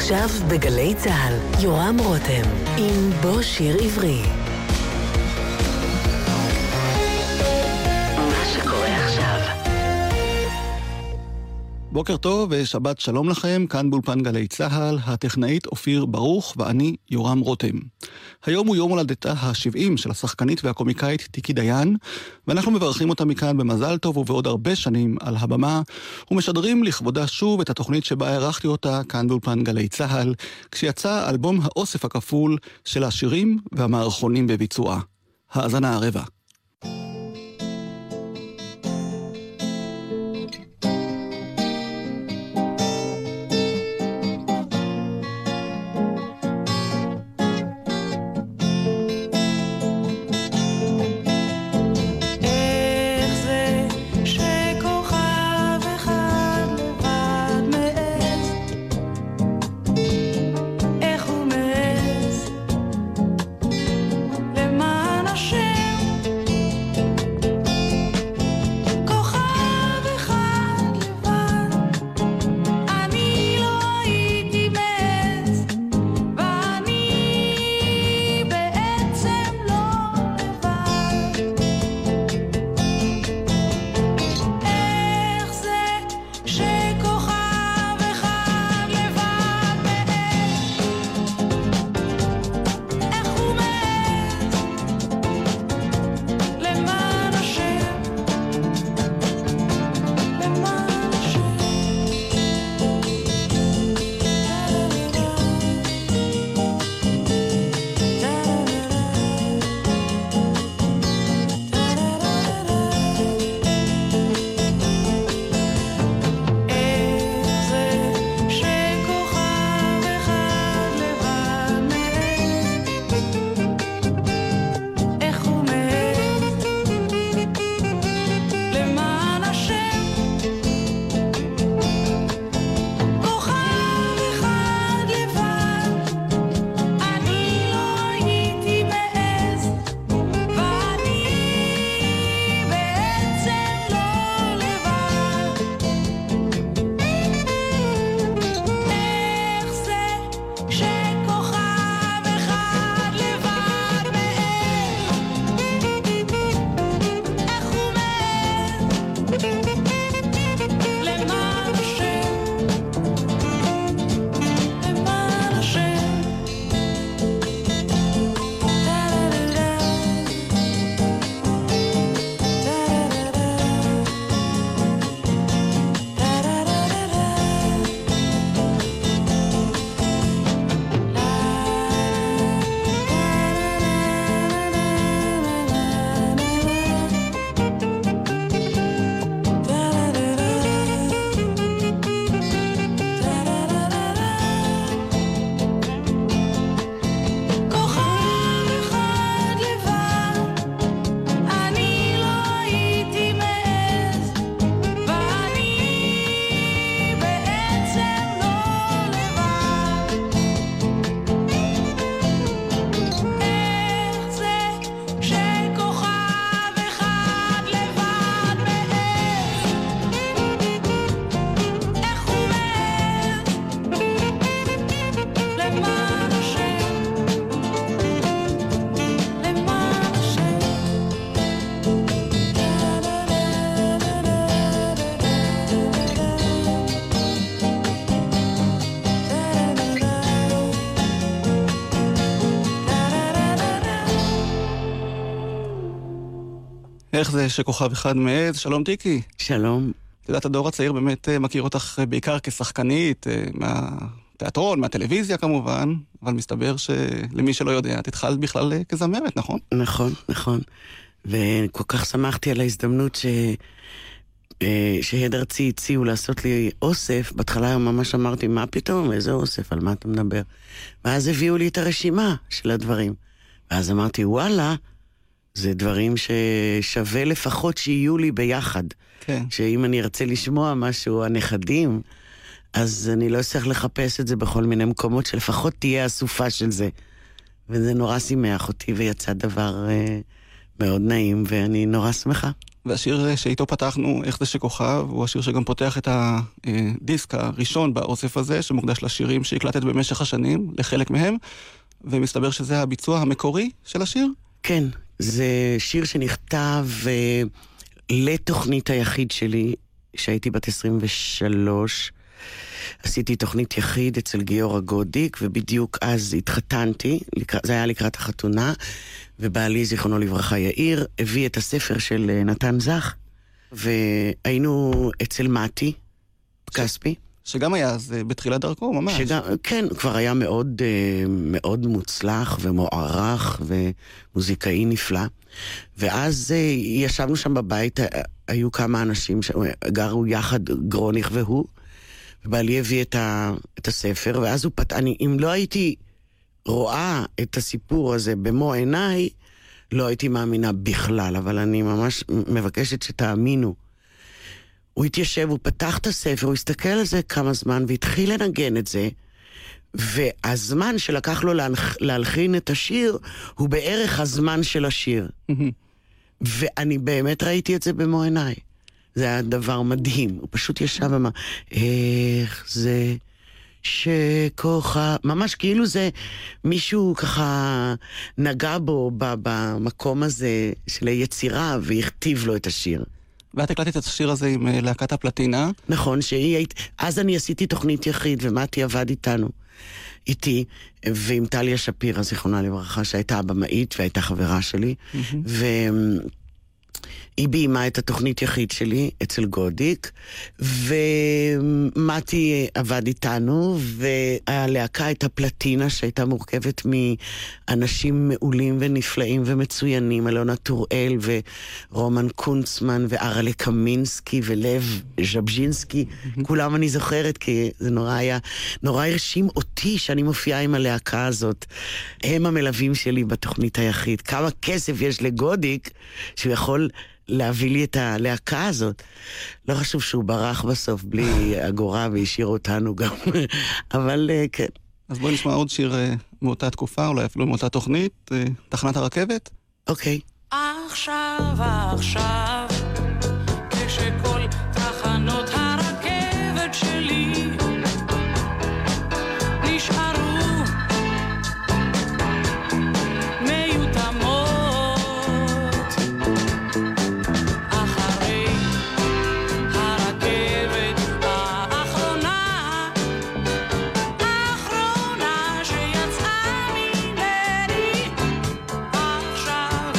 עכשיו בגלי צהל, יורם רותם, עם בו שיר עברי. מה שקורה עכשיו. בוקר טוב ושבת שלום לכם, כאן באולפן גלי צהל, הטכנאית אופיר ברוך ואני יורם רותם. היום הוא יום הולדתה ה-70 של השחקנית והקומיקאית טיקי דיין, ואנחנו מברכים אותה מכאן במזל טוב ובעוד הרבה שנים על הבמה, ומשדרים לכבודה שוב את התוכנית שבה ערכתי אותה כאן באולפן גלי צהל, כשיצא אלבום האוסף הכפול של השירים והמערכונים בביצועה. האזנה הרבה. איך זה שכוכב אחד מעז? שלום טיקי. שלום. את יודעת, הדור הצעיר באמת מכיר אותך בעיקר כשחקנית, מהתיאטרון, מהטלוויזיה כמובן, אבל מסתבר שלמי שלא יודע, את התחלת בכלל כזמרת, נכון? נכון, נכון. וכל כך שמחתי על ההזדמנות שהד ארצי הציעו לעשות לי אוסף. בהתחלה ממש אמרתי, מה פתאום? איזה אוסף? על מה אתה מדבר? ואז הביאו לי את הרשימה של הדברים. ואז אמרתי, וואלה, זה דברים ששווה לפחות שיהיו לי ביחד. כן. שאם אני ארצה לשמוע משהו, הנכדים, אז אני לא אצטרך לחפש את זה בכל מיני מקומות, שלפחות תהיה הסופה של זה. וזה נורא שימח אותי, ויצא דבר מאוד נעים, ואני נורא שמחה. והשיר שאיתו פתחנו, איך זה שכוכב, הוא השיר שגם פותח את הדיסק הראשון באוסף הזה, שמוקדש לשירים שהקלטת במשך השנים, לחלק מהם, ומסתבר שזה הביצוע המקורי של השיר? כן, זה שיר שנכתב לתוכנית היחיד שלי, שהייתי בת 23, עשיתי תוכנית יחיד אצל גיורא גודיק, ובדיוק אז התחתנתי, זה היה לקראת החתונה, ובעלי, זיכרונו לברכה, יאיר, הביא את הספר של נתן זך, והיינו אצל מתי, כספי. שגם היה אז בתחילת דרכו, ממש. כן, כבר היה מאוד, מאוד מוצלח ומוערך ומוזיקאי נפלא. ואז ישבנו שם בבית, היו כמה אנשים שגרו יחד, גרוניך והוא, ובעלי הביא את הספר, ואז הוא אם לא הייתי רואה את הסיפור הזה במו עיניי, לא הייתי מאמינה בכלל, אבל אני ממש מבקשת שתאמינו. הוא התיישב, הוא פתח את הספר, הוא הסתכל על זה כמה זמן, והתחיל לנגן את זה, והזמן שלקח לו להלחין את השיר, הוא בערך הזמן של השיר. ואני באמת ראיתי את זה במו עיניי. זה היה דבר מדהים. הוא פשוט ישב ואמר, איך זה שכוחה, ממש כאילו זה מישהו ככה נגע בו במקום הזה של היצירה, והכתיב לו את השיר. ואת הקלטת את השיר הזה עם להקת הפלטינה. נכון, אז אני עשיתי תוכנית יחיד, ומתי עבד איתי, ועם טליה שפירא, זיכרונה לברכה, שהייתה הבמאית והייתה חברה שלי, היא ביימה את התוכנית יחיד שלי אצל גודיק, ומתי עבד איתנו, והלהקה הייתה פלטינה שהייתה מורכבת מאנשים מעולים ונפלאים ומצוינים, אלונה טוראל ורומן קונצמן וארלה קמינסקי ולב ז'בז'ינסקי, כולם אני זוכרת, כי זה נורא הרשים אותי שאני מופיעה עם הלהקה הזאת. הם המלווים שלי בתוכנית היחיד. כמה כסף יש לגודיק שהוא יכול להביא לי את הלהקה הזאת. לא חשוב שהוא ברח בסוף בלי אגורה והשאיר אותנו גם. אבל כן. אז בואי נשמע עוד שיר מאותה תקופה, אולי אפילו מאותה תוכנית, תחנת הרכבת. אוקיי. עכשיו, כשכל תחנות הרכבת שלי נשארו מיותמות, אחרי הרכבת האחרונה שיצאה ממני, עכשיו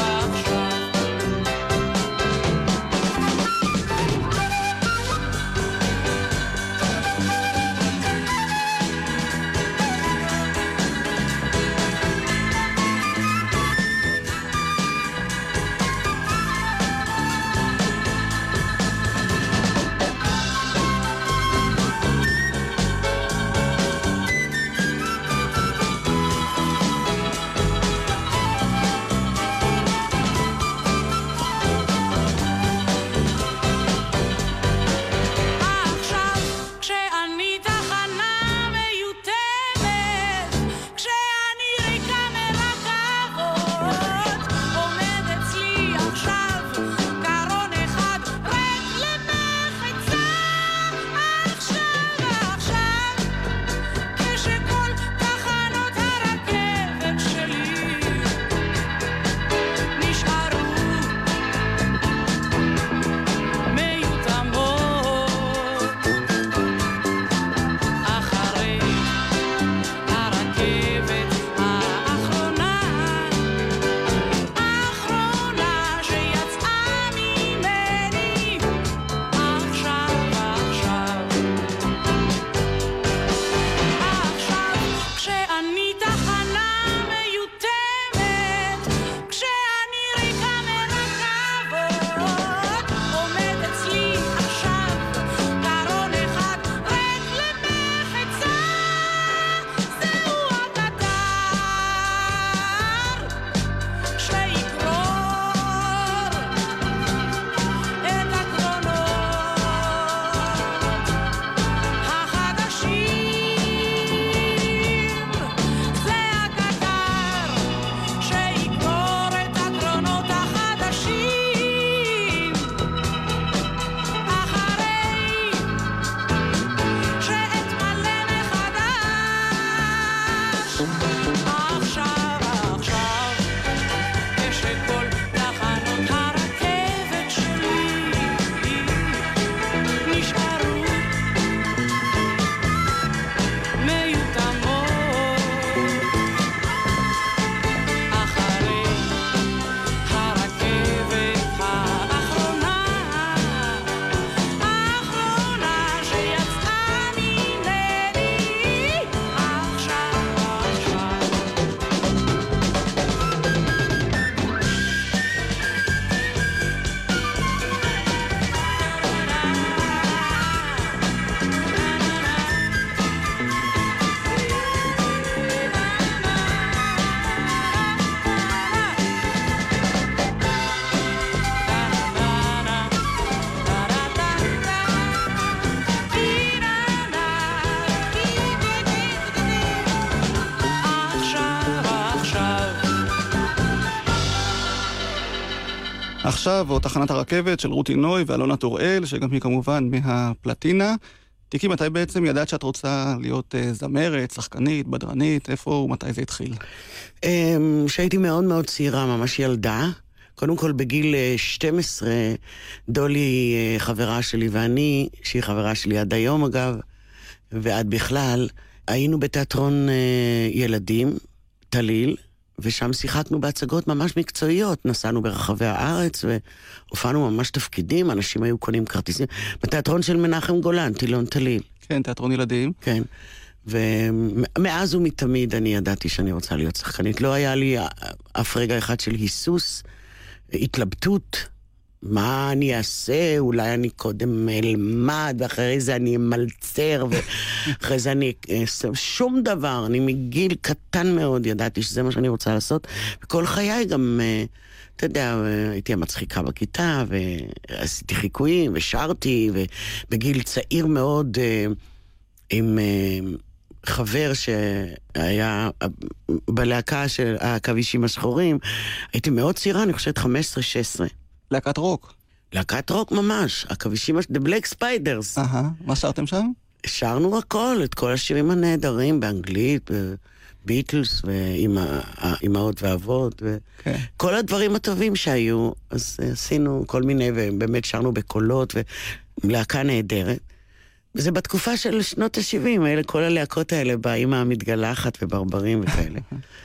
עכשיו, או תחנת הרכבת של רותי נוי ואלונה טוראל, שגם היא כמובן מהפלטינה. תיקי, מתי בעצם ידעת שאת רוצה להיות זמרת, שחקנית, בדרנית? איפה ומתי זה התחיל? שהייתי מאוד מאוד צעירה, ממש ילדה. קודם כל בגיל 12, דולי חברה שלי ואני, שהיא חברה שלי עד היום אגב, ועד בכלל, היינו בתיאטרון ילדים, תליל, ושם שיחקנו בהצגות ממש מקצועיות. נסענו ברחבי הארץ והופענו ממש תפקידים, אנשים היו קונים כרטיסים. בתיאטרון של מנחם גולן, טילון תליל. כן, תיאטרון ילדים. כן. ומאז ומתמיד אני ידעתי שאני רוצה להיות שחקנית. לא היה לי אף רגע אחד של היסוס, התלבטות. מה אני אעשה? אולי אני קודם אלמד, ואחרי זה אני אמלצר, ואחרי זה אני שום דבר. אני מגיל קטן מאוד ידעתי שזה מה שאני רוצה לעשות. וכל חיי גם, אתה יודע, הייתי המצחיקה בכיתה, ועשיתי חיקויים, ושרתי, ובגיל צעיר מאוד, עם חבר שהיה בלהקה של הכבישים השחורים, הייתי צעירה, אני חושבת 15-16. להקת רוק. להקת רוק ממש, הכבישים, The Black Spiders. מה שרתם שם? שרנו הכל, את כל השירים הנהדרים, באנגלית, ביטלס, ואימהות ואבות, וכל הדברים הטובים שהיו, אז עשינו כל מיני, ובאמת שרנו בקולות, ולהקה נהדרת. וזה בתקופה של שנות ה-70, כל הלהקות האלה, באמא המתגלחת וברברים וכאלה.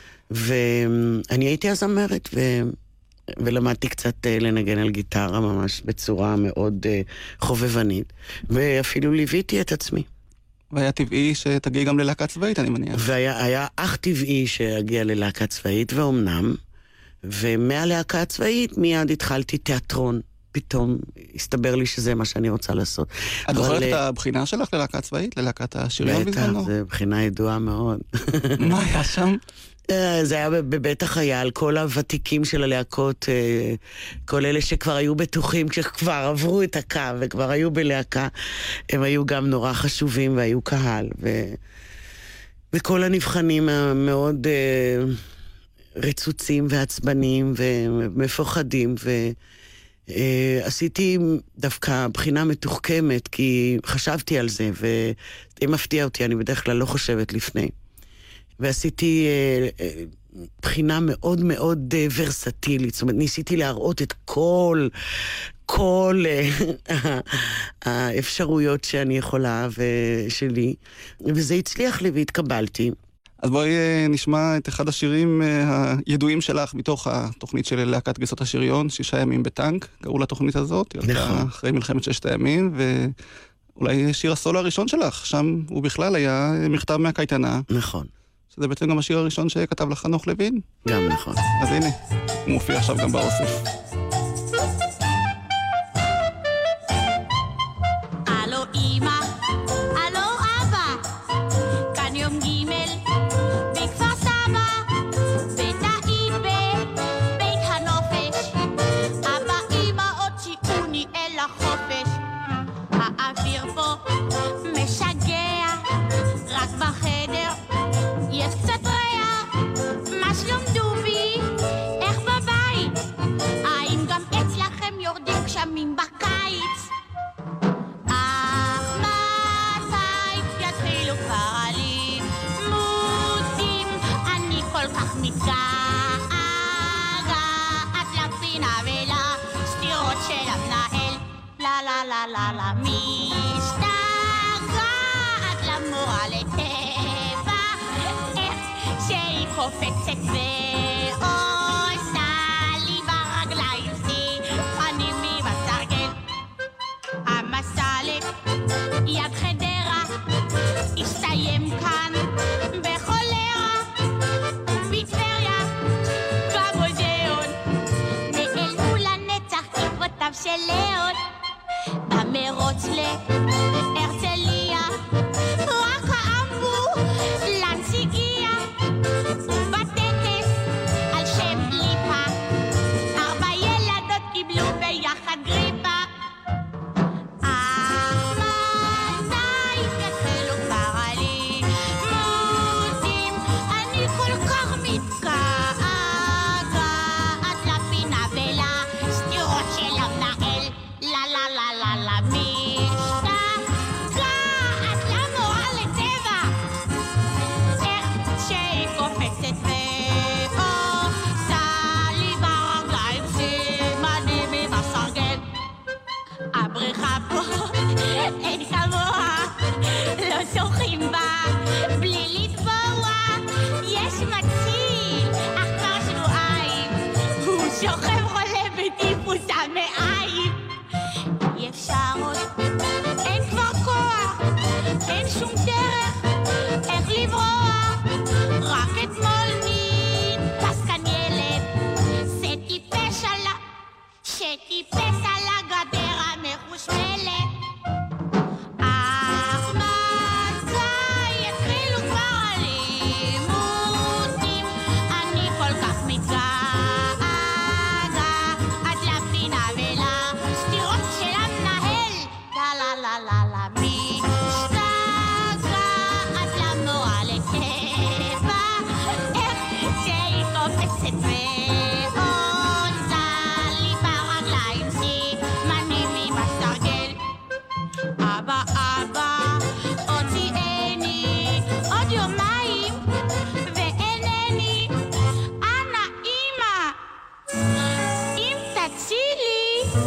ואני הייתי הזמרת, ולמדתי קצת לנגן על גיטרה ממש בצורה מאוד חובבנית, ואפילו ליוויתי את עצמי. והיה טבעי שתגיעי גם ללהקה צבאית, אני מניח. והיה אך טבעי שהגיע ללהקה צבאית, ואומנם, ומהלהקה הצבאית מיד התחלתי תיאטרון. פתאום הסתבר לי שזה מה שאני רוצה לעשות. את זוכרת את הבחינה שלך ללהקה צבאית? ללהקת השריון בזמנו? בטח, זו בחינה ידועה מאוד. מה היה שם? זה היה בבית החייל, כל הוותיקים של הלהקות, כל אלה שכבר היו בטוחים, כשכבר עברו את הקו וכבר היו בלהקה, הם היו גם נורא חשובים והיו קהל. וכל הנבחנים המאוד רצוצים ועצבנים ומפוחדים, עשיתי דווקא בחינה מתוחכמת, כי חשבתי על זה, וזה מפתיע אותי, אני בדרך כלל לא חושבת לפני. ועשיתי בחינה מאוד מאוד ורסטילית, זאת אומרת, ניסיתי להראות את כל האפשרויות שאני יכולה ושלי, וזה הצליח לי והתקבלתי. אז בואי נשמע את אחד השירים הידועים שלך מתוך התוכנית של להקת גייסות השריון, 6 ימים בטנק, קראו לתוכנית הזאת, יצאה אחרי מלחמת 6 הימים, ואולי שיר הסולו הראשון שלך, שם הוא בכלל היה מכתב מהקייטנה. נכון. שזה בעצם גם השיר הראשון שכתב לך חנוך לוין. גם נכון. אז הנה, הוא מופיע עכשיו גם באוסף. הלו אמא, הלו אבא, כאן יום גימל בכפר סבא, בתאית בבית הנופש, אבא אמא הוציאוני אל החופש, האוויר פה משגע, רק בחדר יש קצת ריח, מה שלום דובי, איך בבית, האם גם אצלכם יורדים גשמים בקיץ? אך מתי יתחילו כבר הלימודים, אני כל כך מתגעגעת לפינה ולסתירות של המנהל, לה לה לה לה לה משתגעת למורה לטבע, איך שהיא קופצת ועושה לי ברגליים סיפנים מבסרגל. המסלק יד חדרה הסתיים כאן בחולרה, בטבריה במוזיאון נעלמו לנצח עקבותיו של ליאון, במרוץ להרצליה רק האמבולנס הגיע, ובטקס קופצת ועושה לי ברגליים סימנים עם הסרגל. הבריכה פה אין כמוה, לא שוחים בה בלי לטבוע. יש מציל, אך כבר שבועיים הוא שוכב חולה בטיפוס המעיים. אי אפשר עוד, אין כבר כוח, אין שום דרך איך לברוח. רק אתמול נתפס כאן ילד שטיפס על הגדר המחושמלת. אך מתי יתחילו כבר הלימודים? אני כל כך מתגעגעת לפינה ולסתירות של המנהל. לה לה לה לה לה משתגעת למורה לטבע, איך שהיא קופצת ועושה לי ברגליים סימנים עם הסרגל. אבא אבא הוציאני עוד יומיים ואינני. אנא אמא, אם תצילי,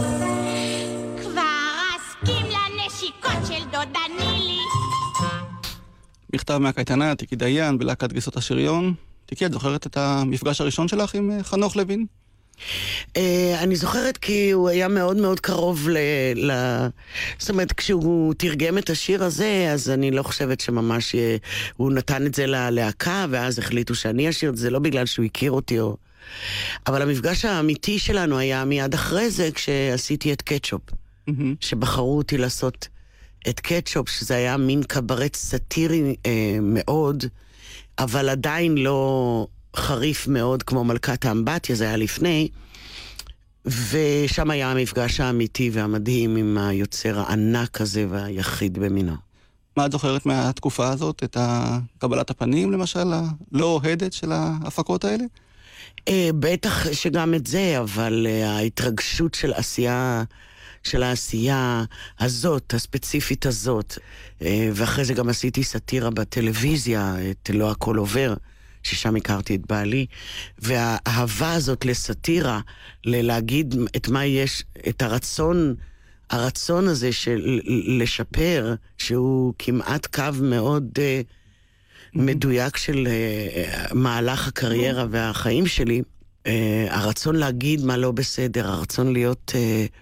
כבר אסכים לנשיקות של דודה נילי. מכתב מהקייטנה, טיקי דיין, בלהקת גייסות השריון. טיקי, את זוכרת את המפגש הראשון שלך עם חנוך לוין? אני זוכרת כי הוא היה מאוד מאוד קרוב זאת אומרת, כשהוא תרגם את השיר הזה, אז אני לא חושבת שממש הוא נתן את זה ללהקה, ואז החליטו שאני אשיר את זה, לא בגלל שהוא הכיר אותי אבל המפגש האמיתי שלנו היה מיד אחרי זה, כשעשיתי את קטשופ. שבחרו אותי לעשות את קטשופ, שזה היה מין קברט סאטירי מאוד, אבל עדיין לא חריף מאוד כמו מלכת האמבטיה, זה היה לפני, ושם היה המפגש האמיתי והמדהים עם היוצר הענק הזה והיחיד במינו. מה את זוכרת מהתקופה הזאת? את קבלת הפנים, למשל, הלא אוהדת של ההפקות האלה? בטח שגם את זה, אבל ההתרגשות של העשייה הזאת, הספציפית הזאת, ואחרי זה גם עשיתי סאטירה בטלוויזיה, את לא הכל עובר, ששם הכרתי את בעלי, והאהבה הזאת לסאטירה, להגיד את מה יש, את הרצון הזה של לשפר, שהוא כמעט קו מאוד מדויק של מהלך הקריירה והחיים שלי, הרצון להגיד מה לא בסדר, הרצון להיות,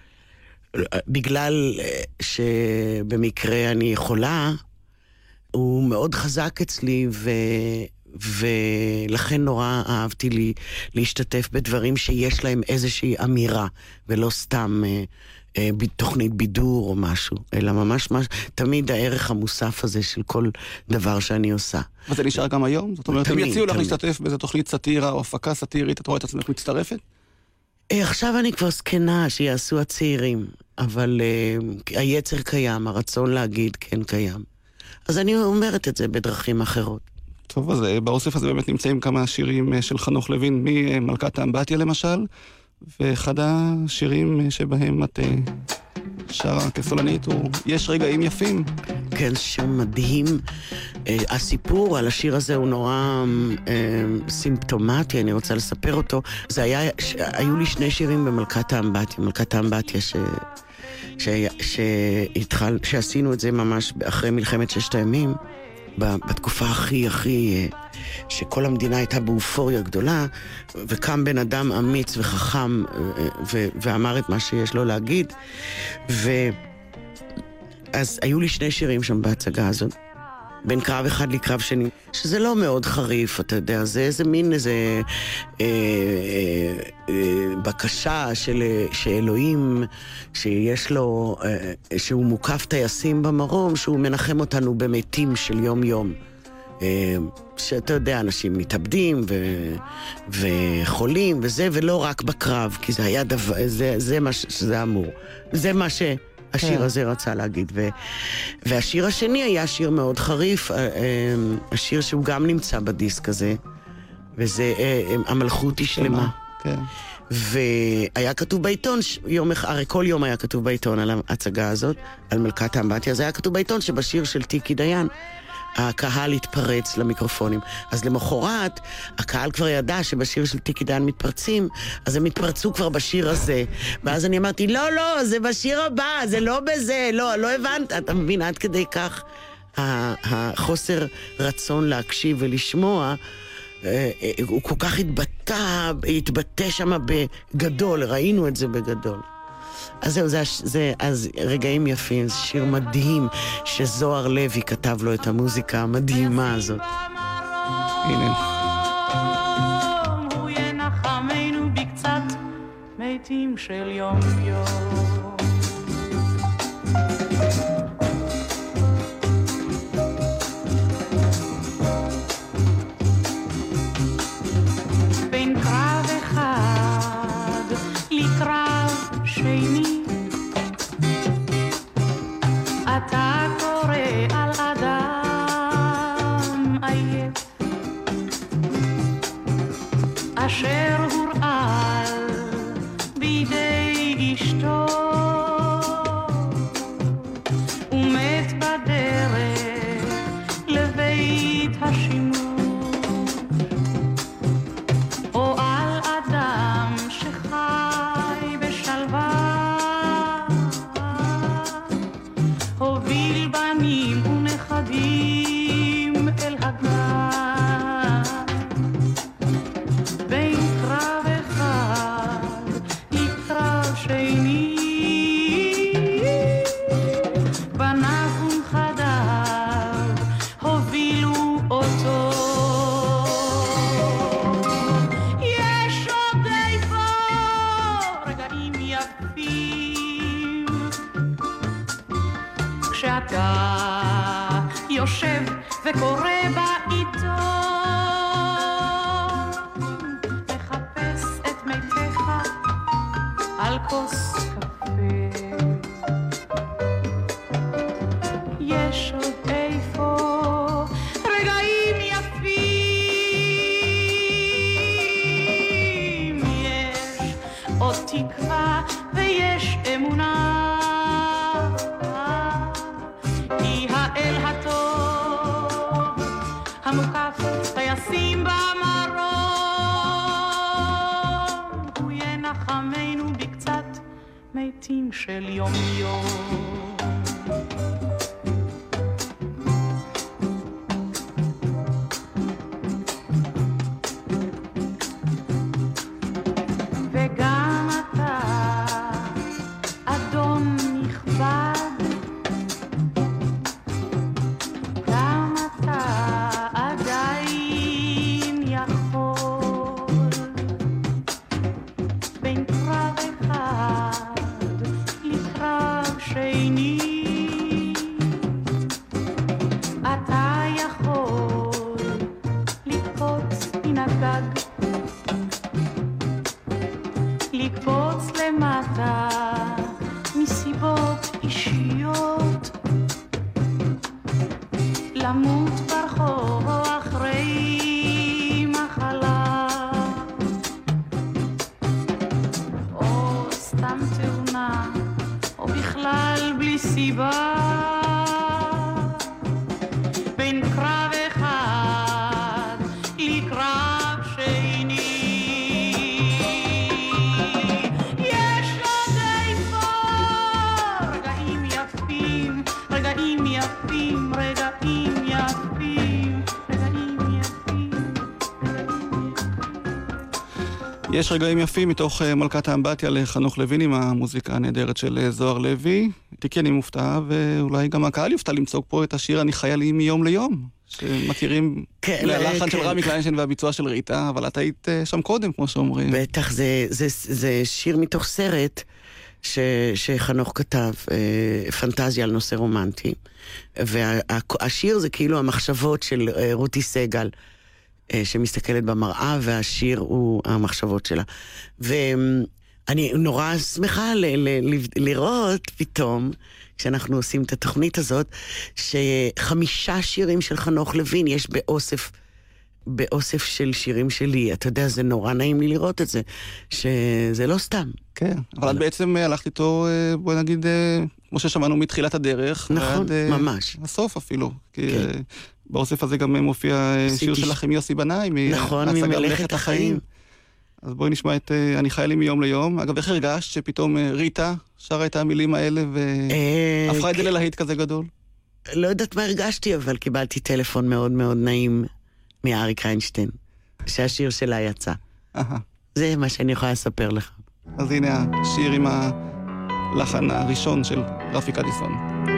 בגלל שבמקרה אני יכולה, הוא מאוד חזק אצלי, ולכן נורא אהבתי להשתתף בדברים שיש להם איזושהי אמירה, ולא סתם תוכנית בידור או משהו, אלא ממש תמיד הערך המוסף הזה של כל דבר שאני עושה. וזה נשאר גם היום? זאת אומרת, הם יציעו לך להשתתף באיזו תוכנית סאטירה או הפקה סאטירית, את רואה את עצמך מצטרפת? עכשיו אני כבר זקנה שיעשו הצעירים, אבל היצר קיים, הרצון להגיד כן קיים. אז אני אומרת את זה בדרכים אחרות. טוב, אז באוסף הזה באמת נמצאים כמה שירים של חנוך לוין, ממלכת האמבטיה למשל, ואחד השירים שבהם את שרה כסולנית הוא יש רגעים יפים. כן, שיר מדהים. הסיפור על השיר הזה הוא נורא סימפטומטי, אני רוצה לספר אותו. היו לי שני שירים במלכת האמבטיה, מלכת האמבטיה שעשינו את זה ממש אחרי מלחמת ששת הימים, בתקופה הכי שכל המדינה הייתה באופוריה גדולה, וקם בן אדם אמיץ וחכם ואמר את מה שיש לו להגיד, אז היו לי שני שירים שם בהצגה הזאת, בין קרב אחד לקרב שני, שזה לא מאוד חריף, אתה יודע, זה איזה מין בקשה שאלוהים, שיש לו, שהוא מוקף טייסים במרום, שהוא מנחם אותנו במתים של יום יום. שאתה יודע, אנשים מתאבדים וחולים וזה, ולא רק בקרב, כי זה היה זה מה שזה אמור. זה מה השיר הזה רצה להגיד. והשיר השני היה שיר מאוד חריף, השיר שהוא גם נמצא בדיסק הזה, וזה המלכות היא שלמה. כן. והיה כתוב בעיתון, הרי כל יום היה כתוב בעיתון על ההצגה הזאת, על מלכת האמבטיה, אז היה כתוב בעיתון שבשיר של טיקי דיין, הקהל התפרץ למיקרופונים. אז למחרת, הקהל כבר ידע שבשיר של טיקי דיין מתפרצים, אז הם התפרצו כבר בשיר הזה. ואז אני אמרתי, לא, זה בשיר הבא, זה לא בזה, לא הבנת. אתה מבין, עד כדי כך החוסר רצון להקשיב ולשמוע, הוא כל כך התבטא שם בגדול, ראינו את זה בגדול. אז זהו, אז רגעים יפים, זה שיר מדהים שזוהר לוי כתב לו את המוזיקה המדהימה הזאת. הנה. הוא ינחמנו בקצת מתים של יום יום. בין קרב אחד לקרב שני, אתה קורא על אדם עייף אשר הורעל בידי אשתו ומת בדרך לבית השימוש, או על אדם שחי בשלווה הוביל בנים ונכדים אל הגן. בין קרב אחד לקרב שני, בניו ונכדיו הובילו אותו. יש עוד איפה רגעים יפים כשאתה יושב וקורא בעיתון, מחפש את מתיך על כוס קפה. יש עוד איפה רגעים יפים, יש עוד תקווה ויש אמונה, כי האל הטוב המוקף טייסים במרום, הוא ינחמנו בקצת מתים של יום יום. וגם אתה אדון נכבד, גם אתה עדיין יכול בין קרב אחד לקרב שני, אתה יכול לקפוץ מן הגג, לקפוץ למטה מסיבות אישיות, למות ברחוב או אחרי מחלה, או סתם תאונה, או בכלל בלי סיבה. בין קרב אחד לקרב שני, יש עוד איפה רגעים יפים, רגעים יפים, רגעים יפים, רגעים יפים, רגעים יפים. יש רגעים יפים מתוך מלכת האמבטיה לחנוך לוין עם המוזיקה הנהדרת של זוהר לוי. טיקי, אני מופתע, ואולי גם הקהל יופתע למצוא פה את השיר אני חי לי מיום ליום, שמכירים ללחן של רמי קליינשטיין והביצוע של ריטה, אבל את היית שם קודם, כמו שאומרים. בטח, זה שיר מתוך סרט שחנוך כתב, פנטזיה על נושא רומנטי, והשיר זה כאילו המחשבות של רותי סגל, שמסתכלת במראה, והשיר הוא המחשבות שלה. ואני נורא שמחה לראות פתאום, כשאנחנו עושים את התוכנית הזאת, ש5 שירים של חנוך לוין יש באוסף באוסף של שירים שלי. אתה יודע, זה נורא נעים לי לראות את זה, שזה לא סתם. כן, אבל את בעצם הלכת איתו, בואי נגיד, כמו ששמענו מתחילת הדרך. נכון, ממש. הסוף אפילו. כי באוסף הזה גם מופיע שיר שלך עם יוסי בנאי. נכון, ממלאכת החיים. אז בואי נשמע את אני חי לי מיום ליום. אגב, איך הרגשת שפתאום ריטה שרה את המילים האלה והפכה את זה ללהיט כזה גדול? לא יודעת מה הרגשתי, אבל קיבלתי טלפון מאוד מאוד נעים מאריק איינשטיין, שהשיר שלה יצא. זה מה שאני יכולה לספר לך. אז הנה השיר עם הלחן הראשון של רפי קדיסון.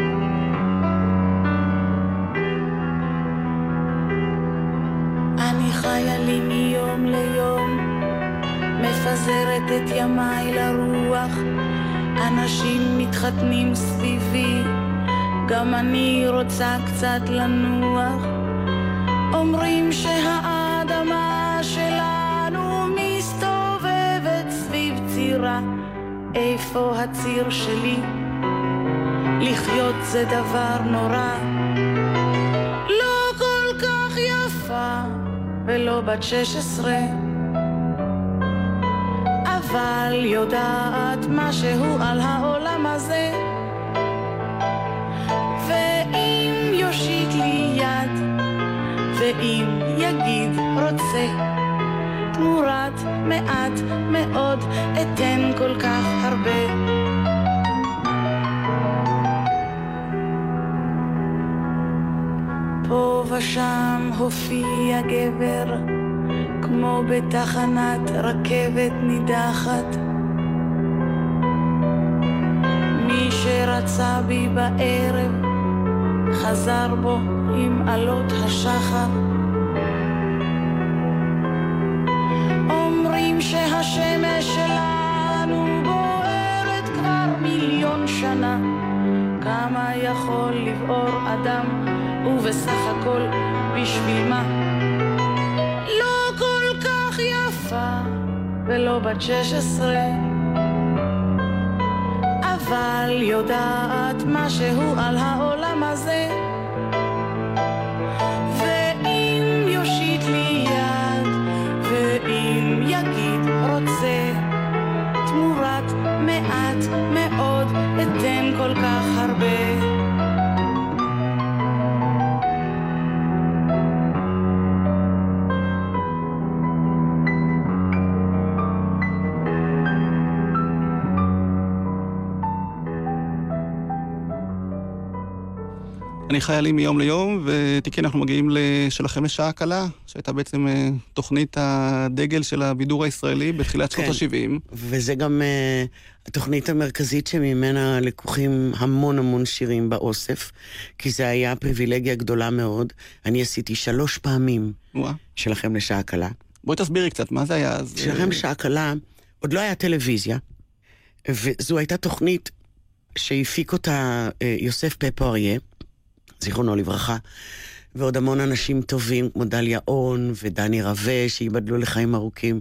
אני חיה לי מיום ליום, מפזרת את ימיי לרוח, אנשים מתחתנים סביבי, גם אני רוצה קצת לנוח. אומרים שהאדמה שלנו מסתובבת סביב צירה, איפה הציר שלי? לחיות זה דבר נורא, לא כל כך יפה ולא בת 16, אבל יודעת משהו על העולם הזה, ואם יושיט לי יד ואם יגיד רוצה, תמורת מעט מאוד אתן כל כך הרבה. פה ושם הופיע גבר, כמו בתחנת רכבת נידחת, מי שרצה בי בערב חזר בו עם עלות השחר. אומרים שהשמש שלנו בוערת כבר מיליון שנה, כמה יכול לבעור אדם ובסך הכל בשביל מה? לא כל כך יפה ולא בת 16, אבל יודעת משהו על העולם הזה, ואם יושיט לי יד ואם יגיד רוצה, תמורת מעט מאוד אתן כל כך הרבה. אני חי לי מיום ליום, ותיקי אנחנו מגיעים שלכם לשעה קלה, שהייתה בעצם תוכנית הדגל של הבידור הישראלי בתחילת שנות ה-70. וזה גם התוכנית המרכזית שממנה לקוחים המון שירים באוסף, כי זה היה פריבילגיה גדולה מאוד. אני עשיתי 3 פעמים שלכם לשעה קלה. בואי תסבירי קצת, מה זה היה אז? שלכם לשעה קלה, עוד לא היה טלוויזיה, וזו הייתה תוכנית שהפיק אותה יוסף פפו אריה, זיכרונו לברכה, ועוד המון אנשים טובים, כמו דליה און ודני רווה, שיבדלו לחיים ארוכים.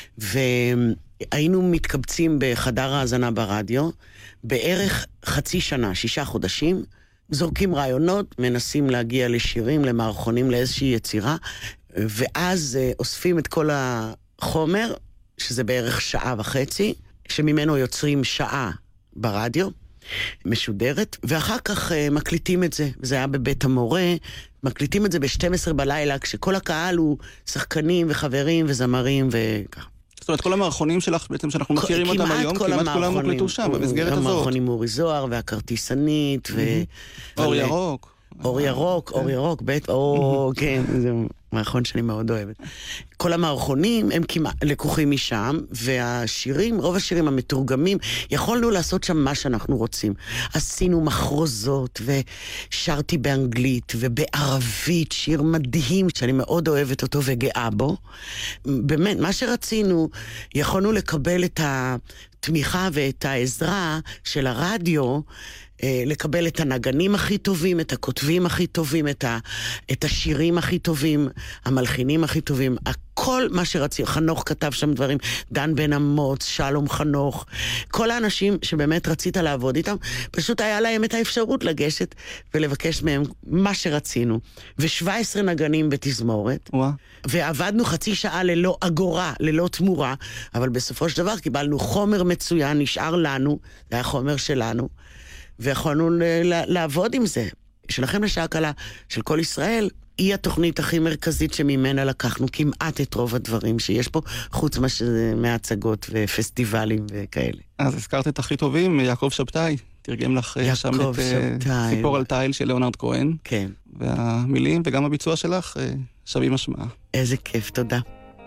והיינו מתקבצים בחדר ההאזנה ברדיו, בערך חצי שנה, 6 חודשים, זורקים רעיונות, מנסים להגיע לשירים, למערכונים, לאיזושהי יצירה, ואז אוספים את כל החומר, שזה בערך 1.5 שעה, שממנו יוצרים שעה ברדיו, משודרת, ואחר כך מקליטים את זה. זה היה בבית המורה, מקליטים את זה ב-12 בלילה, כשכל הקהל הוא שחקנים וחברים וזמרים וכך. זאת אומרת, כל המערכונים שלך בעצם שאנחנו מכירים אותם היום, כמעט כולם הוקלטו שם, במסגרת הזאת. המערכונים אורי זוהר והכרטיסנית אור ירוק. אור ירוק, כן, זה מערכון שאני מאוד אוהבת. כל המערכונים הם כמעט לקוחים משם, והשירים, רוב השירים המתורגמים, יכולנו לעשות שם מה שאנחנו רוצים. עשינו מחרוזות, ושרתי באנגלית ובערבית, שיר מדהים שאני מאוד אוהבת אותו וגאה בו. באמת, מה שרצינו, יכולנו לקבל את התמיכה ואת העזרה של הרדיו, לקבל את הנגנים הכי טובים, את הכותבים הכי טובים, את השירים הכי טובים, המלחינים הכי טובים, כל מה שרצינו, חנוך כתב שם דברים, דן בן אמוץ, שלום חנוך, כל האנשים שבאמת רצית לעבוד איתם, פשוט היה להם את האפשרות לגשת ולבקש מהם מה שרצינו. ו17 נגנים בתזמורת, ועבדנו חצי שעה ללא אגורה, ללא תמורה, אבל בסופו של דבר קיבלנו חומר מצוין, נשאר לנו, זה היה חומר שלנו, ויכולנו לעבוד עם זה. שלכם לשעה קלה של כל ישראל, היא התוכנית הכי מרכזית שממנה לקחנו כמעט את רוב הדברים שיש פה, חוץ מהצגות ופסטיבלים וכאלה. אז הזכרת את הכי טובים, יעקב שבתאי, תרגם לך שם את ציפור על תיל של ליאונרד כהן. כן. והמילים וגם הביצוע שלך שווים משמעה. איזה כיף, תודה.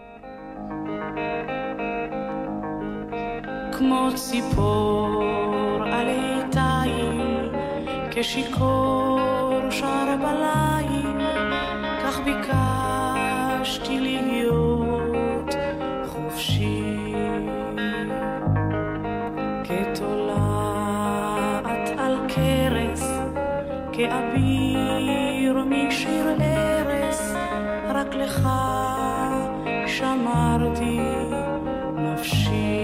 כמו ציפור עלי תיל, כשיקור שר בליל, כך ביקשתי להיות חופשי, כתולעת על קרס, כאביר משיר ארס, רק לך שמרתי נפשי.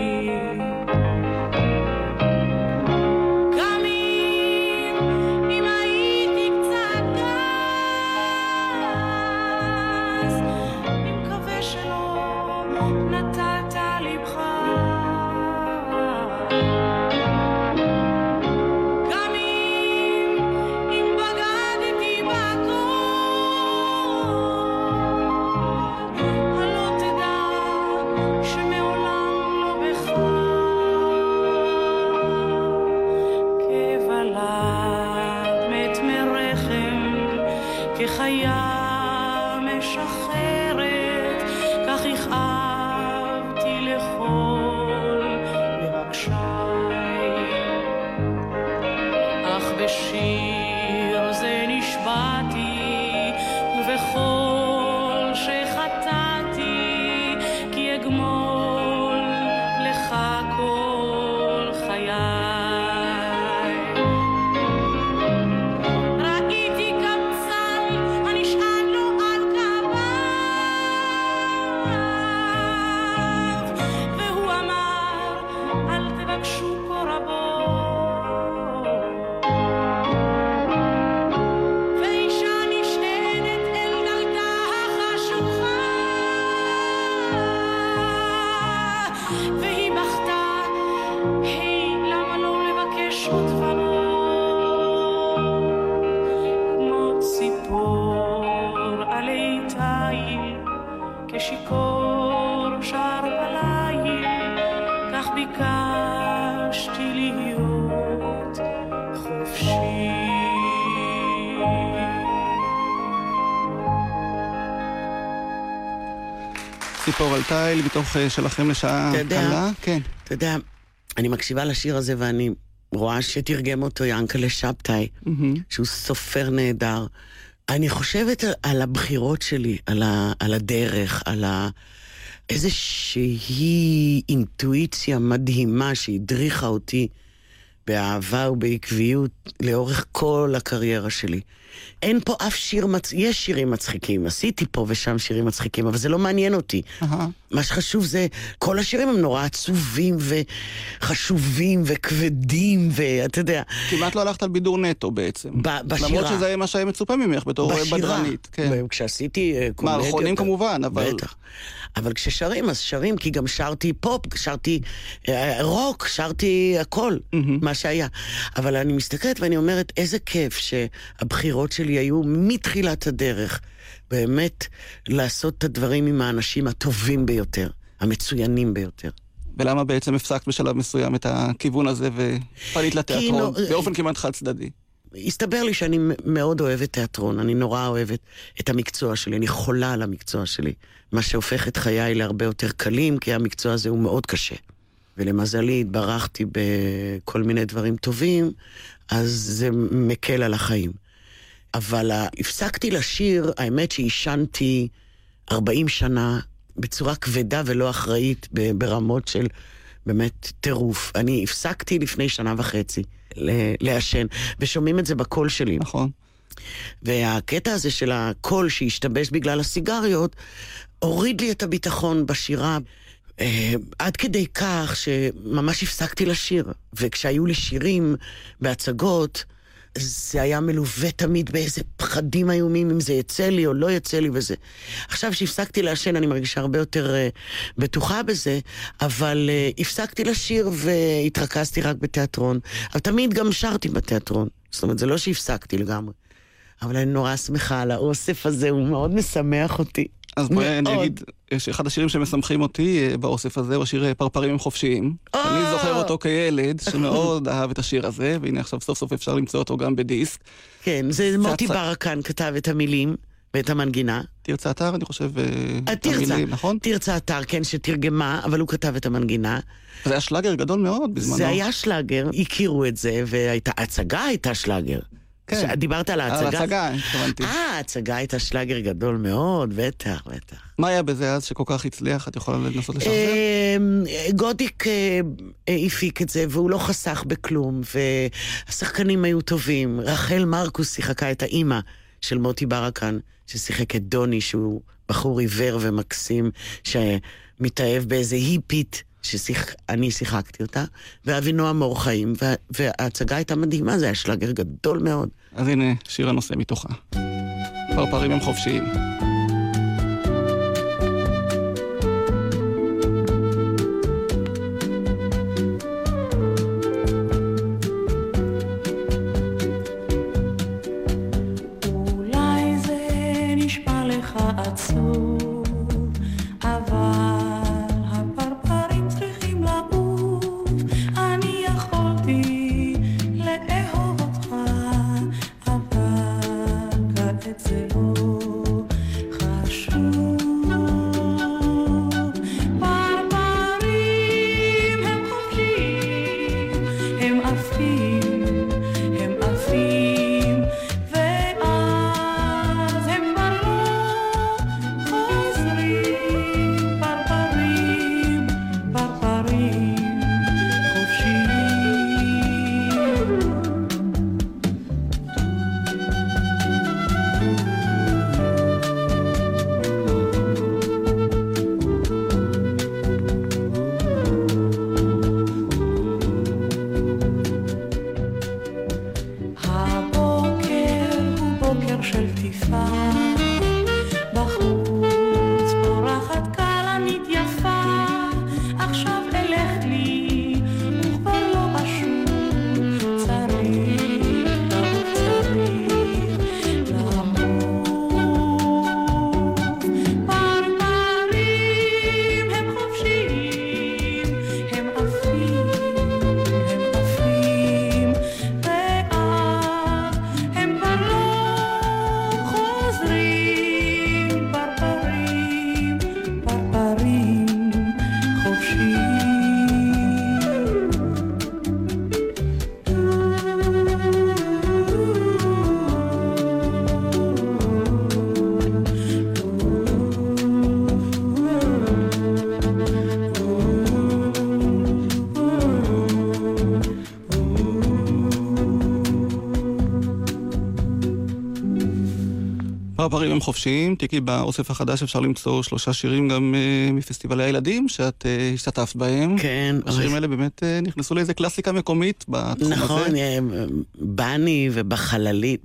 ציפור על תיל, מתוך שלכם לשעה קלה. כן. אתה יודע, אני מקשיבה לשיר הזה ואני רואה שתרגם אותו ינקלה שבתאי, שהוא סופר נהדר. אני חושבת על הבחירות שלי, על הדרך, על איזושהי אינטואיציה מדהימה שהדריכה אותי באהבה ובעקביות לאורך כל הקריירה שלי. אין פה אף שיר יש שירים מצחיקים, עשיתי פה ושם שירים מצחיקים, אבל זה לא מעניין אותי. מה שחשוב זה, כל השירים הם נורא עצובים וחשובים וכבדים, ואתה יודע. כמעט לא הלכת על בידור נטו בעצם. בשירה. למרות שזה מה שהיה מצופה ממך בתור בדרנית. בשירה. כשעשיתי קומדיה. מערכונים כמובן, אבל... בטח. אבל כששרים, אז שרים, כי גם שרתי פופ, שרתי רוק, שרתי הכל, מה שהיה. אבל אני מסתכלת ואני אומרת, איזה כיף שהבחירות שלי היו מתחילת הדרך, באמת לעשות את הדברים עם האנשים הטובים ביותר, המצוינים ביותר. ולמה בעצם הפסקת בשלב מסוים את הכיוון הזה ופנית לתיאטרון, באופן כמעט חד צדדי? הסתבר לי שאני מאוד אוהבת תיאטרון, אני נורא אוהבת את המקצוע שלי, אני חולה על המקצוע שלי, מה שהופך את חיי להרבה יותר קלים, כי המקצוע הזה הוא מאוד קשה. ולמזלי התברכתי בכל מיני דברים טובים, אז זה מקל על החיים. אבל הפסקתי לשיר, האמת שהישנתי 40 שנה בצורה כבדה ולא אחראית, ברמות של באמת טירוף. אני הפסקתי לפני 1.5 שנה לעשן, ושומעים את זה בקול שלי. נכון. והקטע הזה של הקול שהשתבש בגלל הסיגריות, הוריד לי את הביטחון בשירה, עד כדי כך שממש הפסקתי לשיר. וכשהיו לי שירים בהצגות, זה היה מלווה תמיד באיזה פחדים איומים, אם זה יצא לי או לא יצא לי וזה. עכשיו שהפסקתי לעשן, אני מרגישה הרבה יותר בטוחה בזה, אבל הפסקתי לשיר והתרכזתי רק בתיאטרון. אבל תמיד גם שרתי בתיאטרון. זאת אומרת, זה לא שהפסקתי לגמרי. אבל אני נורא שמחה על האוסף הזה, הוא מאוד משמח אותי. אז בואי אני אגיד, שאחד השירים שמשמחים אותי באוסף הזה הוא השיר פרפרים הם חופשיים. אני זוכר אותו כילד שמאוד אהב את השיר הזה, והנה עכשיו סוף סוף אפשר למצוא אותו גם בדיסק. כן, זה מוטי ברקן כתב את המילים ואת המנגינה. תרצה אתר, אני חושב, המילים, נכון? תרצה אתר, כן, שתרגמה, אבל הוא כתב את המנגינה. זה היה שלאגר גדול מאוד בזמנו. זה היה שלאגר, הכירו את זה, וההצגה הייתה שלאגר. כן. דיברת על ההצגה? על ההצגה, התכוונתי. ההצגה הייתה שלאגר גדול מאוד, בטח. מה היה בזה אז שכל כך הצליח? את יכולה לנסות לשחזר? גודיק הפיק את זה, והוא לא חסך בכלום, והשחקנים היו טובים. רחל מרקוס שיחקה את האימא של מוטי ברקן, ששיחק את דוני, שהוא בחור עיוור ומקסים, שמתאהב באיזה היפית, שאני שיחקתי אותה, ואבינועם אור חיים, וההצגה הייתה מדהימה, זה היה שלאגר גדול מאוד. אז הנה, שיר הנושא מתוכה. פרפרים הם חופשיים. אולי זה נשמע לך עצוב, פרפרים הם חופשיים, תיקי באוסף החדש אפשר למצוא 3 שירים גם מפסטיבלי הילדים שאת השתתפת בהם. כן. השירים האלה באמת נכנסו לאיזה קלאסיקה מקומית בתחום הזה. נכון, בני ובחללית,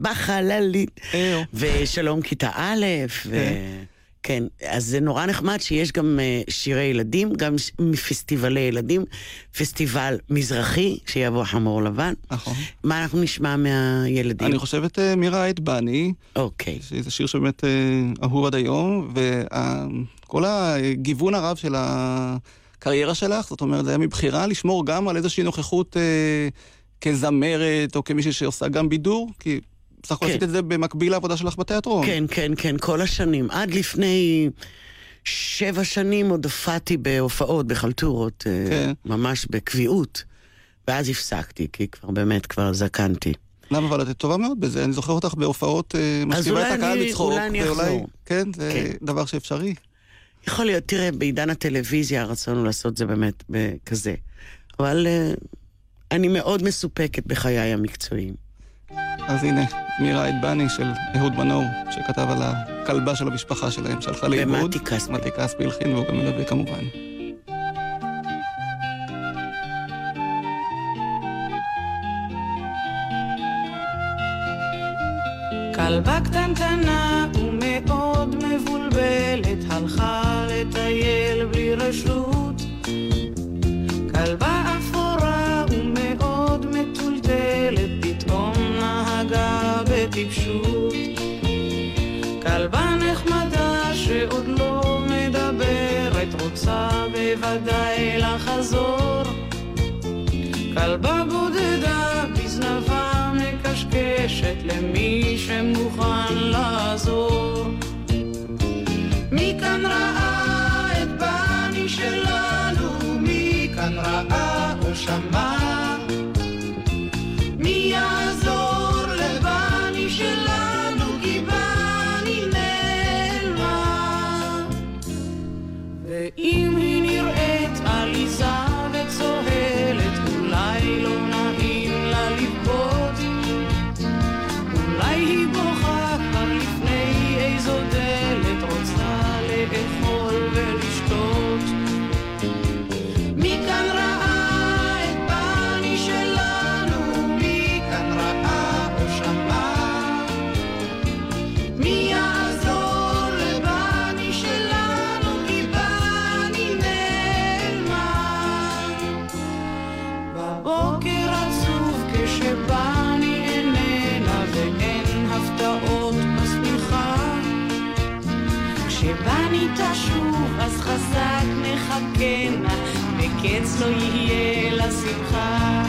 ושלום כיתה א', כן, אז זה נורא נחמד שיש גם שירי ילדים, גם מפסטיבלי ילדים, פסטיבל מזרחי, שיבוא חמור לבן. נכון. מה אנחנו נשמע מהילדים? אני חושבת מירה את בני. אוקיי. שזה שיר שבאמת אהוב עד היום, וכל הגיוון הרב של הקריירה שלך, זאת אומרת, זה היה מבחירה לשמור גם על איזושהי נוכחות כזמרת, או כמישהי שעושה גם בידור, כי בסך הכל עשית את זה במקביל לעבודה שלך בתיאטרון. כן, כן, כן, כל השנים. עד לפני 7 שנים עוד הופעתי בהופעות, בחלטורות, ממש בקביעות. ואז הפסקתי, כי כבר באמת, כבר זקנתי. למה? אבל את טובה מאוד בזה. אני זוכר אותך בהופעות, משכיבה את הקהל לצחוק. אולי אני אחזור. כן, זה דבר שאפשרי. יכול להיות, תראה, בעידן הטלוויזיה רצינו לעשות זה באמת כזה. אבל אני מאוד מסופקת בחיי המקצועיים. אז הנה, מירה את בני של אהוד מנור, שכתב על הכלבה של המשפחה שלהם שהלכה לאיבוד. ומתי כספי. מתי כספי הלחין, והוא גם מלווה כמובן. כלבה קטנטנה ומאוד מבולבלת, הלכה לטייל בלי רשות. כלבה אפורה ומאוד מטולטלת, פתאום נהגה בטיפשות. כלבה נחמדה שעוד לא מדברת, רוצה בוודאי לחזור. כלבה בודדה בזנבה מקשקשת למי שמוכן לעזור. מי כאן ראה את בני שלנו, מי כאן ראה או שמע? מי יעזור לבני שלנו, כי בני נעלמה. ואם היא נראית עליזה וצוהלת, אולי לא נעים לה לבכות, אולי היא בוכה כבר לפני איזו דלת, רוצה לאכול ולשתות. מי כאן ראה את בני שלנו, מי כאן ראה או שמע? מי יעזור לבני שלנו, כי בני נעלמה. בבוקר עצוב כשבני איננה ואין הפתעות בשמיכה, כשבני תשוב אז חזק נחכנה, וקץ לא יהיה לשמחה.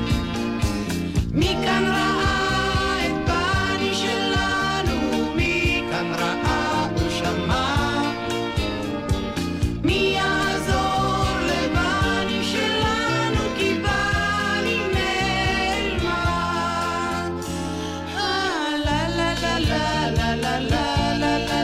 מי כאן ראה את בני שלנו, מי כאן ראה או שמע? מי יעזור לבני שלנו, כי בני נעלמה. לה לה לה לה לה לה לה לה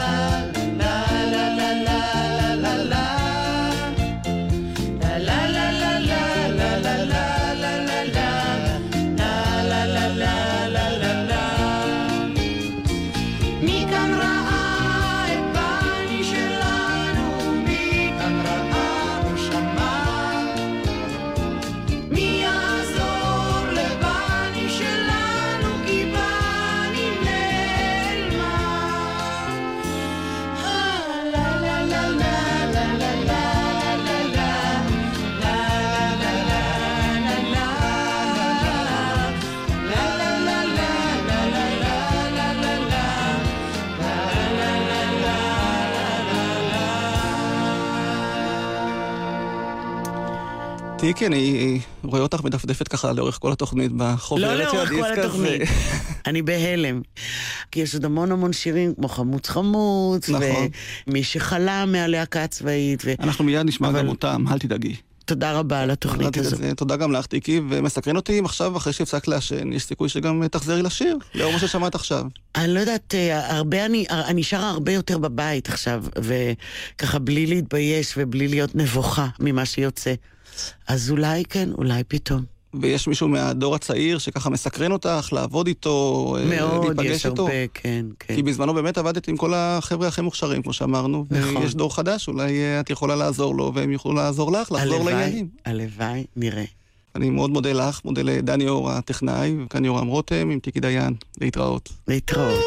תיקי, אני רואה אותך מדפדפת ככה לאורך כל התוכנית בחוברת לא של לאורך כל הדיסק הזה. התוכנית. אני בהלם. כי יש עוד המון שירים כמו חמוץ חמוץ, נכון. ומי שחלם מהלהקה הצבאית. אנחנו מיד נשמע גם אותם, אל תדאגי. תודה רבה על התוכנית הזו. תודה גם לך, תיקי, ומסקרן אותי אם עכשיו, אחרי שהפסקת לעשן, יש סיכוי שגם תחזרי לשיר, לאור מה ששמעת עכשיו. אני לא יודעת, אני שרה הרבה יותר בבית עכשיו, וככה בלי להתבייש ובלי להיות נבוכה ממה שיוצא. אז אולי כן, אולי פתאום. ויש מישהו מהדור הצעיר שככה מסקרן אותך, לעבוד איתו, מאוד, להיפגש יש איתו. הרבה, כן. כי בזמנו באמת עבדת עם כל החבר'ה הכי מוכשרים, כמו שאמרנו, נכון. ויש דור חדש, אולי את יכולה לעזור לו, והם יוכלו לעזור לך, לחזור לעניינים. הלוואי, נראה. אני מאוד מודה לך, מודה לדני אור הטכנאי, וכאן יורם רותם עם תיקי דיין. להתראות. להתראות.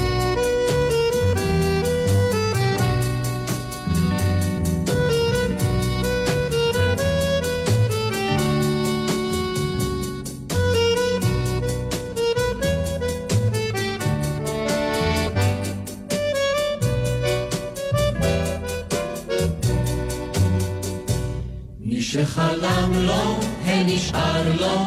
שחלם לו, נשאר לו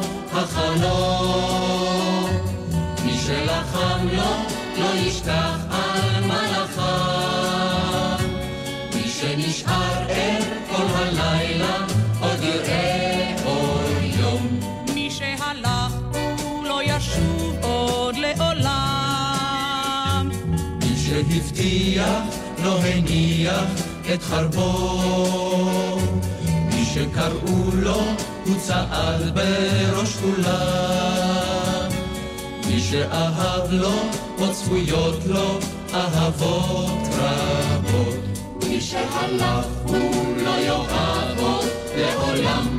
החלום. מי שלחם לו, לא ישכח על מלאכיו. מי שנשאר ער כל הלילה, עוד יראה אור יום. מי שהלך הוא לא ישוב עוד לעולם. מי שהבטיח לא הניח את חרבו. שקראו לו, הוא צעד בראש כולם. מי שאהב לו, עוד זכויות לו אהבות רבות. מי שהלך הוא לא יאהב עוד לעולם.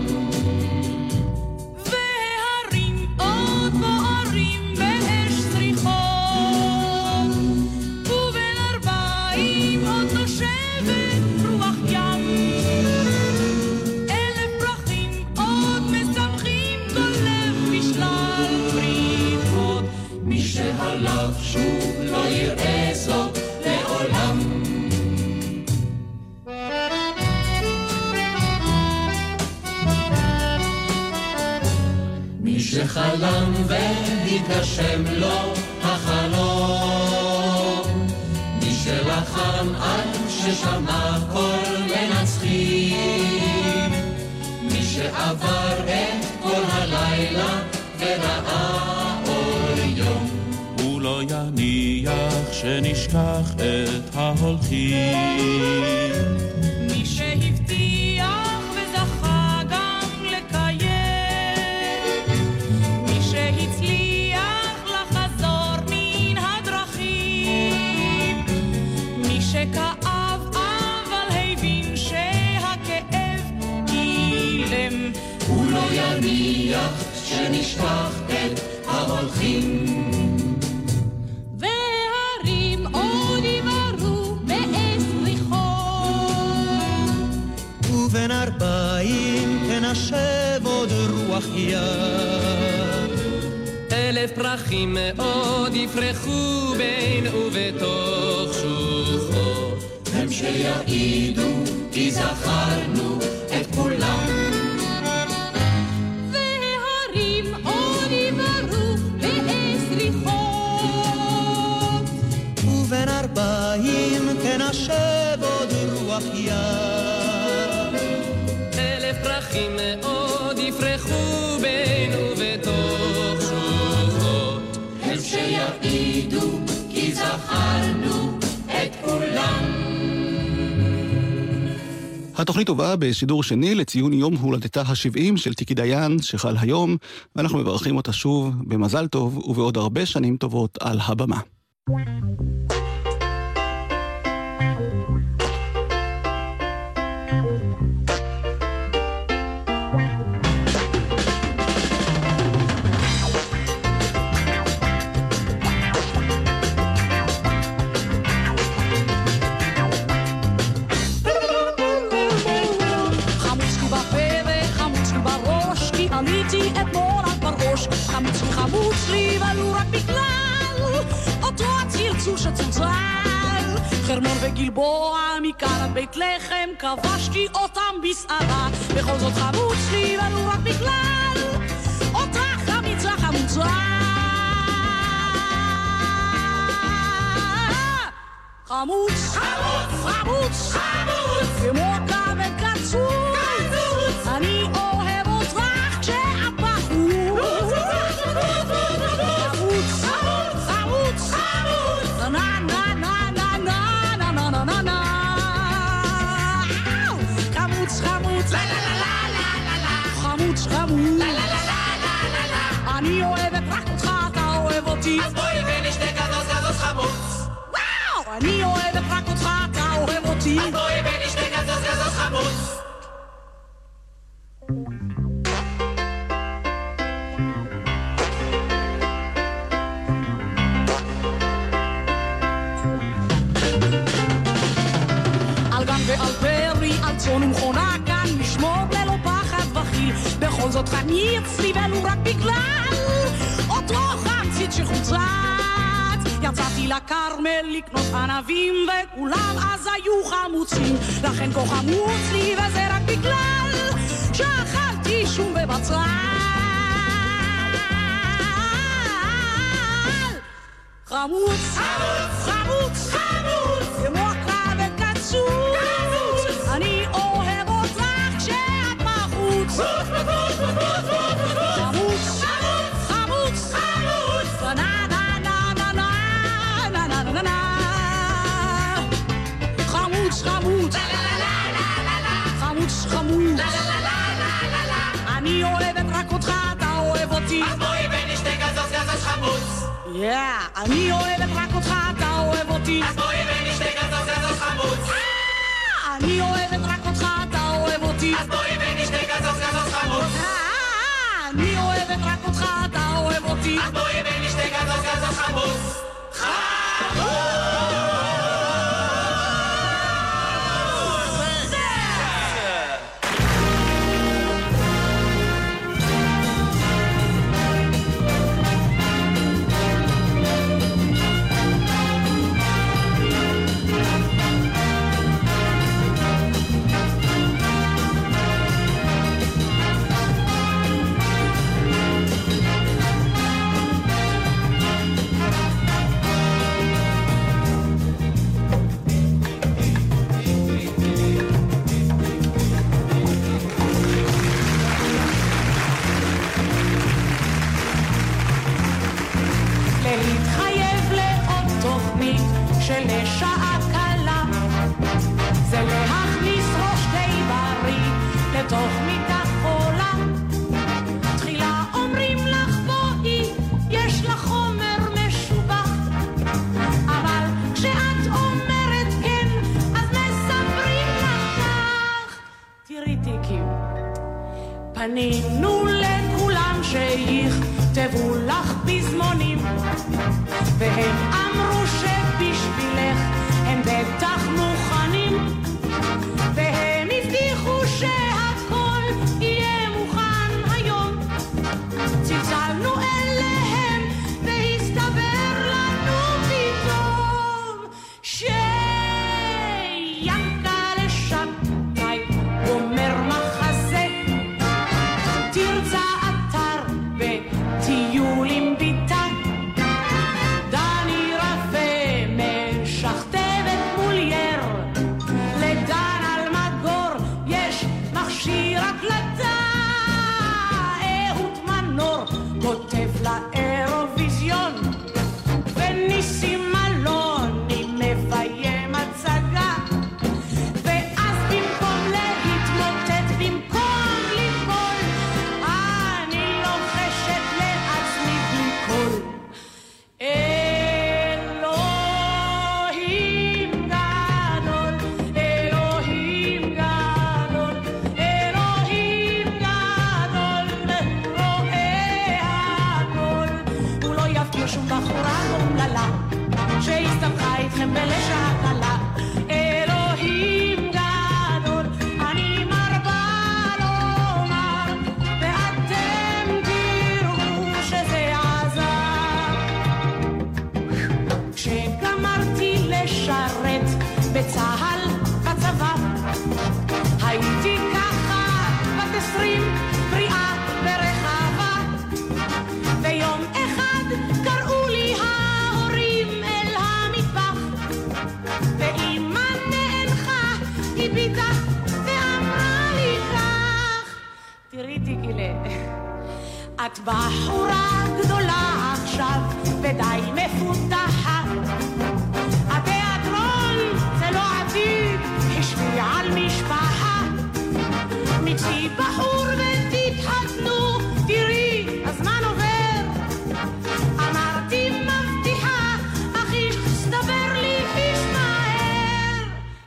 וההרים עוד בוערים באש זריחות, ובין ארבעים עוד נושבת רוח ים. אלף פרחים עוד משמחים כל לב בשלל פריחות. מי שהלך שוב לא יראה זאת לעולם. מי שחלם והתגשם לו החלום, מי שלחם עד ששמע קול מנצחים, מי שעבר את כל הלילה וראה אור יום, הוא לא יניח שנשכח את ההולכים. מי שהבטיח וזכה גם לקיים, מי שהצליח לחזור מן הדרכים, מי שכאב אבל הבין שהכאב אילם, הוא לא יניח שנשכח את ההולכים. והרים עוד יברו באש זריחות, ובין ארבעים תנשב עוד רוח ים. אלף פרחים מאוד יפרחו בין ובתוך שוחות, הם שיעידו כי זכרנו את כולם. והרים עוד יברו באש זריחות, ובין ארבעים תנשב עוד רוח ים. אלף פרחים מאוד יפרחו בין ובתוך שוחות, הם שיעידו כי זכרנו את כולם. התוכנית הובאה בשידור שני לציון יום הולדתה ה-70 של תיקי דיין שחל היום, ואנחנו מברכים אותה שוב במזל טוב ובעוד הרבה שנים טובות על הבמה. חמוץ לי ולו רק בגלל אותו הצלצול שצלצל. חרמון וגלבוע מכאן עד בית לחם כבשתי אותם בסערה. בכל זאת חמוץ לי ולו רק בגלל אותה חמיצה חמוצה. חמוץ, חמוץ, חמוץ, חמוץ, כמו כבד קצוץ, אני אוהב אותך כשאתה חוץ. חמוץ, חמוץ, חמוץ, נה נה נה נה נה נה נה נה נה נה. חמוץ, חמוץ, לה לה לה לה לה לה. חמוץ, חמוץ, לה לה לה לה לה לה. אני אוהבת רק אותך, אתה אוהב אותי, אז בואי ונשתה כזוז כזוז חמוץ. אני אוהבת רק אותך, אתה אוהב אותי, אז בואי ונשתה כזוז כזוז חמוץ. על גן ועל פרי, על צאן ומכונה כאן, משמור ללא פחד וחיל. בכל זאת חני אצלי ולו רק בגלל אותו חמצית שחוצת. יצאתי לקרמל לקנות ענבים וכולם אז היו חמוצים, לכן כה חמוץ לי וזה רק בגלל שאכלתי שום בבצל. חמוץ, חמוץ, חמוץ, חמוץ, כמו כבד קצוץ, אני אוהב אותך כשאת בחוץ. חמוץ, חמוץ, חמוץ, נה נה נה נה נה נה נה נה נה. חמוץ, חמוץ, חמוץ, חמוץ, אני אוהבת רק אותך, אתה אוהב אותי, אז בואי ונשתה גזוז גזוז חמוץ. אני אוהבת רק אותך, אתה אוהב אותי. אז בואי ונשתה גזוז גזוז חמוץ. אני אוהבת רק אותך, אתה אוהב אותי. אז בואי ונשתה גזוז גזוז חמוץ. אני אוהבת רק אותך, אתה אוהב אותי. אז בואי ונשתה גזוז גזוז חמוץ. לשעה קלה זה להכניס ראש די בריא לתוך מיטה חולה. תחילה אומרים לך בואי, יש לך חומר משובח, אבל כשאת אומרת כן אז מספרים לך כך. תראי תיקי, פנינו לכולם שיכתבו לך פזמונים, והם אמרו שבשבילך הם בטח מוכנים, והם הבטיחו שהכל יהיה מוכן היום. צלצלנו אליהם והסתבר לנו פתאום שיענקל'ה שבתאי אומר מחזה, תרצה אתר בטיול עם ביתה, דני רפה משכתבת מולייר, לדן אלמגור יש מכשיר הקלטה, אהוד מנור כותב לאירוויזיון, וניסים אלוני מביים הצגה, ואז במקום להתמוטט, במקום ליפול, אני לוחשת לעצמי בלי קול, אלוהים גדול, אלוהים גדול, אלוהים גדול, רואה הכל, הוא לא יפקיר שום בחורה אומללה שהסתבכה איתכם בלשעה קלה. אלוהים גדול, אני מרבה לומר, ואתם תראו שזה עזר. כשגמרתי לשרת בצהל בצבא, הייתי ככה בת 20, בריאה ורחבה, ויום אחד קראו לי ההורים אל המטבח, ואמא נאנחה הביטה ואמרה לי כך, תראי תגילה, את בחורה גדולה עכשיו ודי מפותחת, התיאטרון זה לא עתיד, חשבי על משפחה, מצי בחור ותתחתנו, תראי הזמן עובר, אמרתי מבטיחה, אך הסתבר לי איש מהר,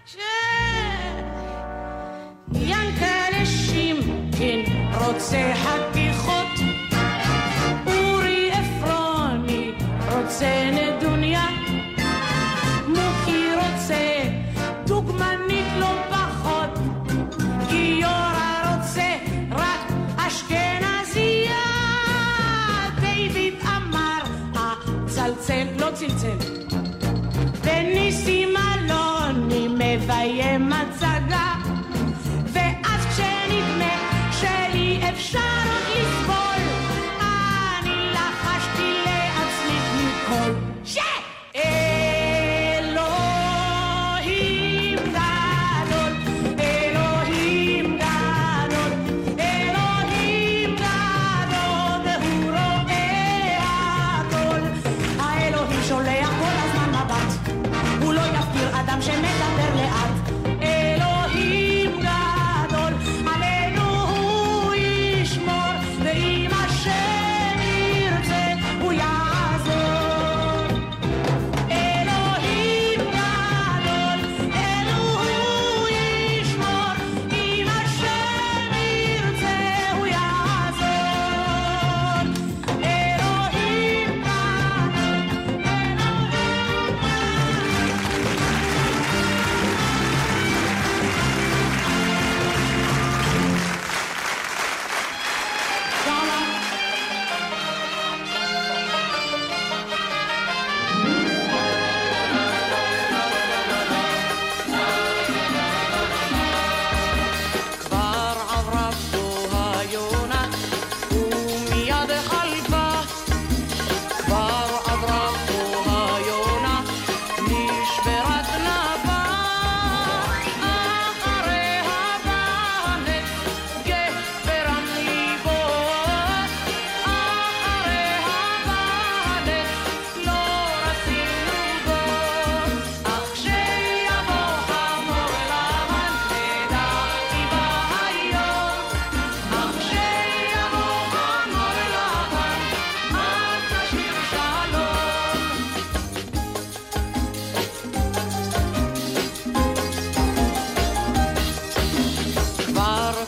שיענקל'ה שמקין רוצה חתיכות, אורי אפרוני רוצה נדוניה, מוקי רוצה דוגמנית לא פחות, גיורא רוצה רק אשכנזייה, דיוויד אמר צלצל, לא צלצל, וניסים אלוני מביים הצגה, ואז כשנדמה שאי אפשר עוד לסבול, אני לחשתי לעצמי מכל אלוהים גדול, אלוהים גדול, אלוהים גדול, והוא רואה הכל, האלוהים שולח כל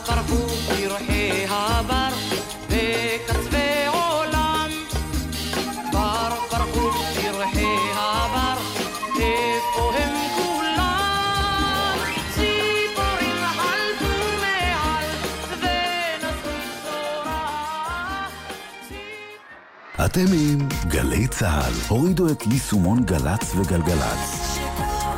פרחו פרחי הבר בקצווי עולם, כבר פרחו פרחי הבר, איפה הם כולם? ציפורים חלפו מעל ונשאו בשורה. אתם עם גלי צהל, הורידו את יישומון גלץ וגלגלץ.